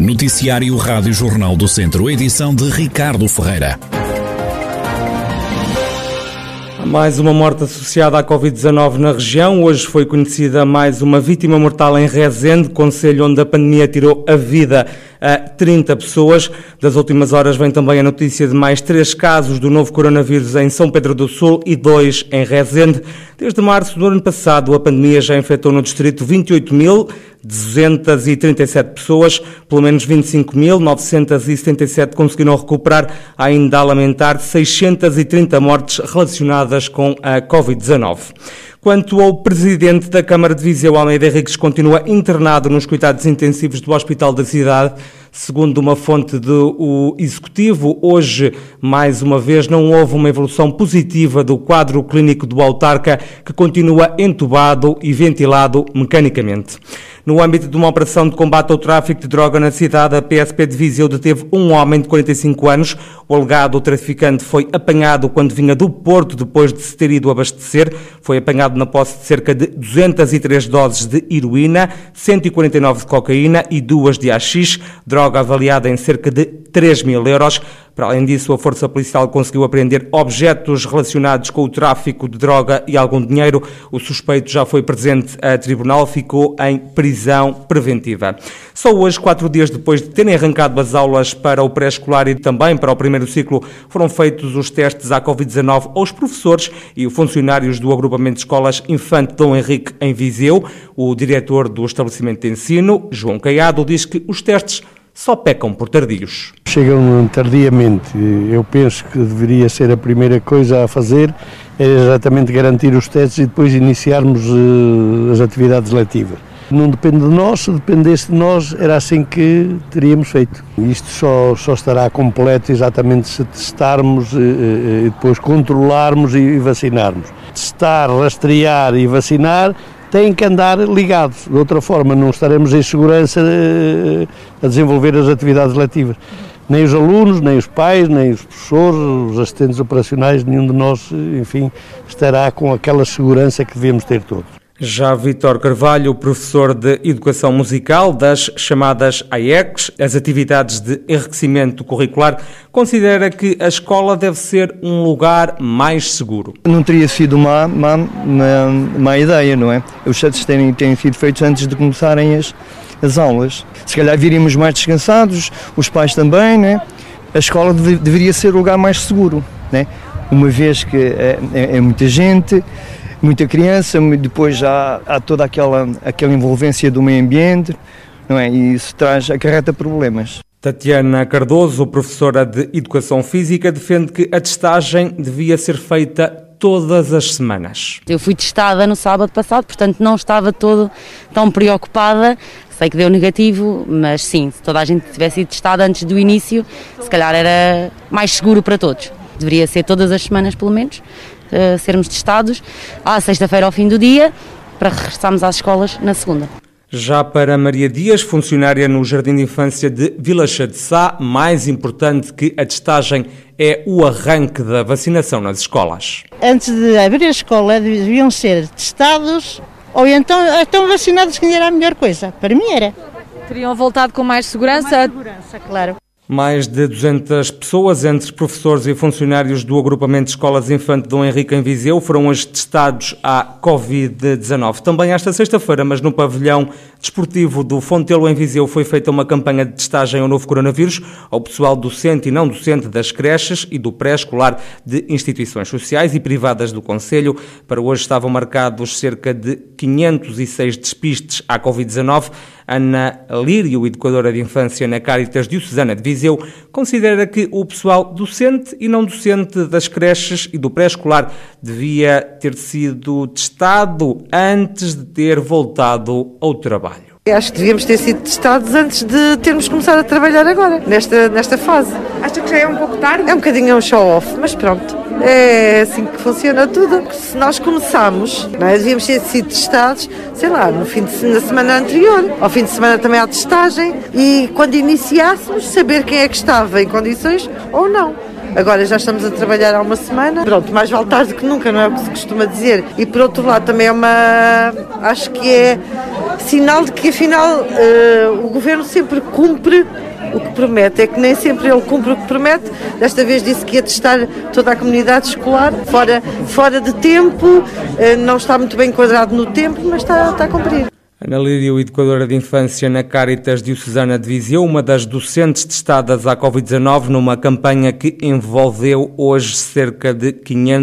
Noticiário Rádio Jornal do Centro, edição de Ricardo Ferreira. Mais uma morte associada à Covid-19 na região. Hoje foi conhecida mais uma vítima mortal em Rezende, concelho onde a pandemia tirou a vida a 30 pessoas. Das últimas horas vem também a notícia de mais 3 casos do novo coronavírus em São Pedro do Sul e 2 em Rezende. Desde março do ano passado, a pandemia já infectou no distrito 28.237 pessoas, pelo menos 25.977 conseguiram recuperar, ainda a lamentar 630 mortes relacionadas com a Covid-19. Quanto ao presidente da Câmara de Viseu, Almeida Henriques, continua internado nos cuidados intensivos do Hospital da cidade. Segundo uma fonte do Executivo, hoje, mais uma vez, não houve uma evolução positiva do quadro clínico do autarca, que continua entubado e ventilado mecanicamente. No âmbito de uma operação de combate ao tráfico de droga na cidade, a PSP de Viseu deteve um homem de 45 anos. O alegado traficante foi apanhado quando vinha do Porto depois de se ter ido abastecer. Foi apanhado na posse de cerca de 203 doses de heroína, 149 de cocaína e 2 de haxixe, droga avaliada em cerca de 3.000 euros. Para além disso, a Força Policial conseguiu apreender objetos relacionados com o tráfico de droga e algum dinheiro. O suspeito já foi presente a tribunal, ficou em prisão preventiva. Só hoje, 4 dias depois de terem arrancado as aulas para o pré-escolar e também para o primeiro ciclo, foram feitos os testes à Covid-19 aos professores e funcionários do agrupamento de escolas Infante Dom Henrique em Viseu. O diretor do estabelecimento de ensino, João Caiado, diz que os testes só pecam por tardios. Chegam tardiamente. Eu penso que deveria ser a primeira coisa a fazer, é exatamente garantir os testes e depois iniciarmos as atividades letivas. Não depende de nós, se dependesse de nós era assim que teríamos feito. Isto só estará completo exatamente se testarmos e depois controlarmos e vacinarmos. Testar, rastrear e vacinar têm que andar ligados, de outra forma não estaremos em segurança a desenvolver as atividades letivas. Nem os alunos, nem os pais, nem os professores, os assistentes operacionais, nenhum de nós, enfim, estará com aquela segurança que devemos ter todos. Já Vítor Carvalho, professor de Educação Musical das chamadas AECs, as atividades de enriquecimento curricular, considera que a escola deve ser um lugar mais seguro. Não teria sido uma má ideia, não é? Os testes têm sido feitos antes de começarem as aulas. Se calhar viríamos mais descansados, os pais também, né? A escola deveria ser o lugar mais seguro, né? Uma vez que é muita gente, muita criança, depois já há toda aquela envolvência do meio ambiente, não é? E isso acarreta problemas. Tatiana Cardoso, professora de Educação Física, defende que a testagem devia ser feita todas as semanas. Eu fui testada no sábado passado, portanto não estava tão preocupada. Sei que deu negativo, mas sim, se toda a gente tivesse sido testada antes do início, se calhar era mais seguro para todos. Deveria ser todas as semanas, pelo menos, sermos testados à sexta-feira ao fim do dia, para regressarmos às escolas na segunda. Já para Maria Dias, funcionária no Jardim de Infância de Vila Chá de Sá, mais importante que a testagem é o arranque da vacinação nas escolas. Antes de abrir a escola deviam ser testados ou então vacinados, que era a melhor coisa. Para mim era. Teriam voltado com mais segurança? Com mais segurança, claro. Mais de 200 pessoas, entre professores e funcionários do agrupamento de escolas Infante Dom Henrique em Viseu, foram hoje testados à Covid-19. Também esta sexta-feira, mas no pavilhão desportivo do Fontelo em Viseu, foi feita uma campanha de testagem ao novo coronavírus ao pessoal docente e não docente das creches e do pré-escolar de instituições sociais e privadas do concelho. Para hoje estavam marcados cerca de 506 despistes à Covid-19. Ana Lírio, educadora de infância na Cáritas Diocesana de Viseu, considera que o pessoal docente e não docente das creches e do pré-escolar devia ter sido testado antes de ter voltado ao trabalho. Acho que devíamos ter sido testados antes de termos começado a trabalhar agora, nesta fase. Acha que já é um pouco tarde? É um bocadinho um show-off, mas pronto. É assim que funciona tudo. Se nós começamos, não é? Devíamos ter sido testados, sei lá, na semana anterior. Ao fim de semana também há testagem e quando iniciássemos, saber quem é que estava em condições ou não. Agora já estamos a trabalhar há uma semana. Pronto, mais vale tarde que nunca, não é o que se costuma dizer. E por outro lado também acho que é sinal de que afinal o Governo sempre cumpre o que promete. É que nem sempre ele cumpre o que promete. Desta vez disse que ia testar toda a comunidade escolar, fora de tempo, não está muito bem enquadrado no tempo, mas está a cumprir. Ana Lírio, educadora de infância na Cáritas Diocesana de Viseu, uma das docentes testadas à Covid-19 numa campanha que envolveu hoje cerca de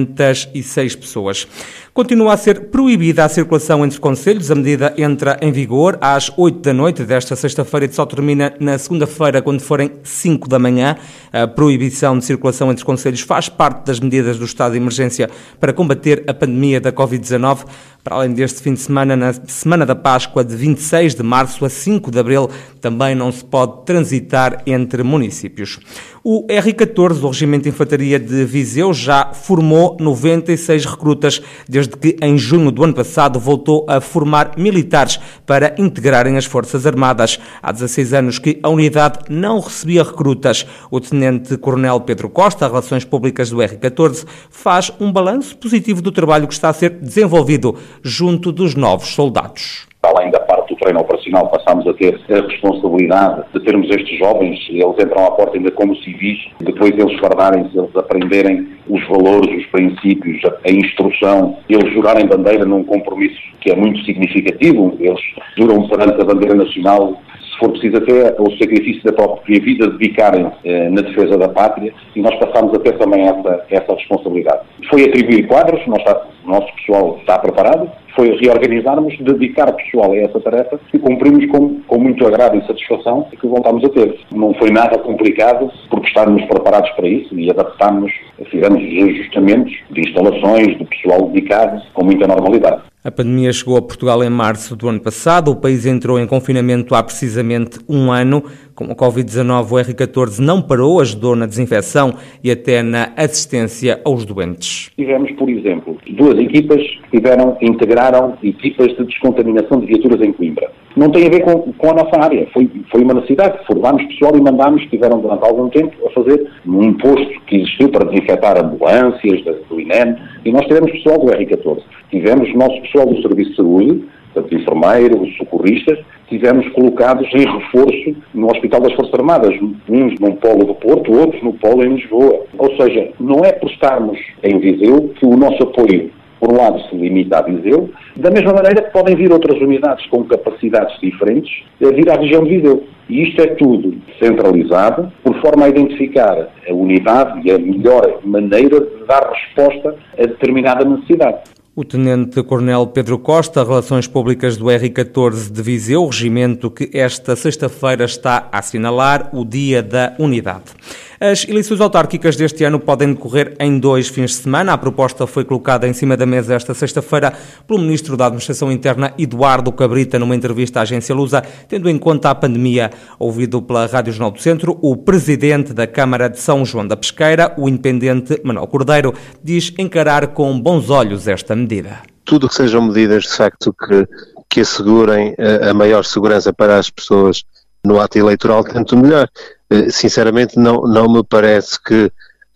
506 pessoas. Continua a ser proibida a circulação entre concelhos. A medida entra em vigor às 8 da noite desta sexta-feira e só termina na segunda-feira, quando forem 5 da manhã. A proibição de circulação entre concelhos faz parte das medidas do estado de emergência para combater a pandemia da Covid-19. Para além deste fim de semana, na Semana da Páscoa, de 26 de março a 5 de abril, também não se pode transitar entre municípios. O R14, o Regimento de Infantaria de Viseu, já formou 96 recrutas, desde que em junho do ano passado voltou a formar militares para integrarem as Forças Armadas. Há 16 anos que a unidade não recebia recrutas. O Tenente-Coronel Pedro Costa, Relações Públicas do R14, faz um balanço positivo do trabalho que está a ser desenvolvido junto dos novos soldados. Além da parte do treino operacional, passamos a ter a responsabilidade de termos estes jovens, eles entram à porta ainda como civis, depois eles guardarem-se, eles aprenderem os valores, os princípios, a instrução, eles jurarem bandeira num compromisso que é muito significativo, eles juram perante a bandeira nacional, se for preciso até o sacrifício da própria vida, dedicarem na defesa da pátria, e nós passamos a ter também essa responsabilidade. Foi atribuir quadros, o nosso pessoal está preparado, foi reorganizarmos, dedicar pessoal a essa tarefa e cumprimos com muito agrado e satisfação que voltámos a ter. Não foi nada complicado, porque estávamos preparados para isso e adaptámos, fizemos os ajustamentos de instalações, de pessoal dedicado, com muita normalidade. A pandemia chegou a Portugal em março do ano passado. O país entrou em confinamento há precisamente um ano. Com a Covid-19, o R14 não parou, ajudou na desinfecção e até na assistência aos doentes. Tivemos, por exemplo, 2 equipas que integraram equipas de descontaminação de viaturas em Coimbra. Não tem a ver com a nossa área, foi uma necessidade. Formámos pessoal e mandámos, estiveram durante algum tempo a fazer num posto que existiu para desinfetar ambulâncias do INEM, e nós tivemos pessoal do R14. Tivemos o nosso pessoal do Serviço de Saúde, portanto, enfermeiros, socorristas, tivemos colocados em reforço no Hospital das Forças Armadas, uns num polo do Porto, outros no polo em Lisboa. Ou seja, não é por estarmos em Viseu que o nosso apoio, por um lado, se limita a Viseu, da mesma maneira que podem vir outras unidades com capacidades diferentes a vir à região de Viseu. E isto é tudo centralizado, por forma a identificar a unidade e a melhor maneira de dar resposta a determinada necessidade. O Tenente-Coronel Pedro Costa, Relações Públicas do R14 de Viseu, regimento que esta sexta-feira está a assinalar o Dia da Unidade. As eleições autárquicas deste ano podem decorrer em 2 fins de semana. A proposta foi colocada em cima da mesa esta sexta-feira pelo Ministro da Administração Interna, Eduardo Cabrita, numa entrevista à agência Lusa, tendo em conta a pandemia. Ouvido pela Rádio Jornal do Centro, o Presidente da Câmara de São João da Pesqueira, o independente Manuel Cordeiro, diz encarar com bons olhos esta medida. Tudo que sejam medidas, de facto, que assegurem a maior segurança para as pessoas no ato eleitoral, tanto melhor. Sinceramente, não me parece que,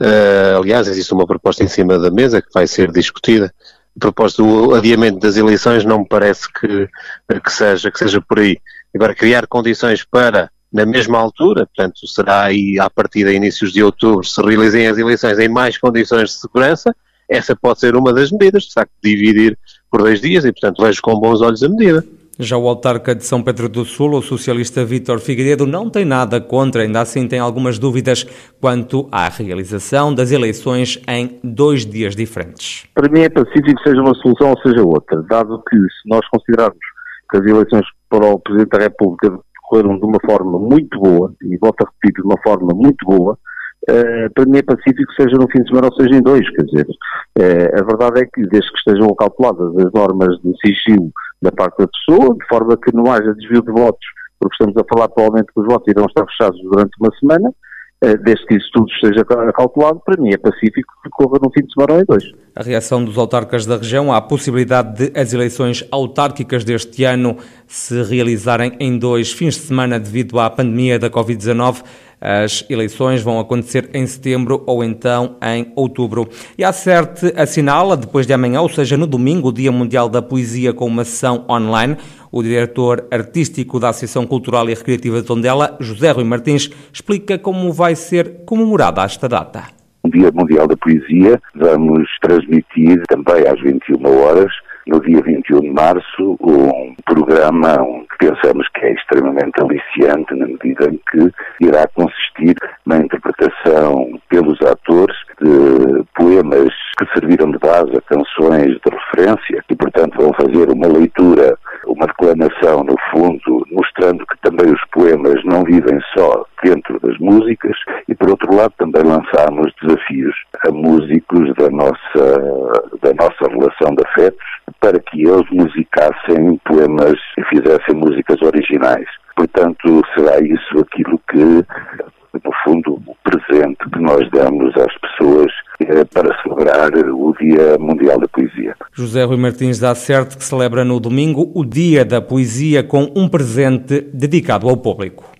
aliás, existe uma proposta em cima da mesa que vai ser discutida. A proposta do adiamento das eleições não me parece que seja por aí. Agora, criar condições para, na mesma altura, portanto, será aí a partir de inícios de outubro, se realizem as eleições em mais condições de segurança, essa pode ser uma das medidas, de facto, dividir por 2 dias e, portanto, vejo com bons olhos a medida. Já o autarca de São Pedro do Sul, o socialista Vítor Figueiredo, não tem nada contra, ainda assim tem algumas dúvidas quanto à realização das eleições em 2 dias diferentes. Para mim é pacífico seja uma solução ou seja outra, dado que se nós considerarmos que as eleições para o Presidente da República decorreram de uma forma muito boa, e volto a repetir, de uma forma muito boa, para mim é pacífico seja no fim de semana ou seja em 2, quer dizer, a verdade é que desde que estejam calculadas as normas de sigilo da parte da pessoa, de forma que não haja desvio de votos, porque estamos a falar provavelmente que os votos irão estar fechados durante uma semana, desde que isso tudo esteja calculado, para mim é pacífico que decorra num fim de semana ou em 2. A reação dos autarcas da região à possibilidade de as eleições autárquicas deste ano se realizarem em 2 fins de semana devido à pandemia da Covid-19 As eleições vão acontecer em setembro ou então em outubro. E a CERT assinala, depois de amanhã, ou seja, no domingo, o Dia Mundial da Poesia com uma sessão online. O diretor artístico da Associação Cultural e Recreativa de Tondela, José Rui Martins, explica como vai ser comemorada esta data. No Dia Mundial da Poesia vamos transmitir também às 21 horas, no dia 21 de março, um programa que pensamos que é extremamente aliciante na medida em que irá consistir na interpretação pelos atores de poemas que serviram de base a canções de referência e, portanto, vão fazer uma leitura, uma declamação, no fundo, mostrando que também os poemas não vivem só dentro das músicas e, por outro lado, também lançámos desafios a músicos da nossa relação de afetos para que eles musicassem poemas e fizessem músicas originais. Portanto, será isso aquilo que, no fundo, o presente que nós damos às pessoas para celebrar o Dia Mundial da Poesia. José Rui Martins da CERT, que celebra no domingo o Dia da Poesia com um presente dedicado ao público.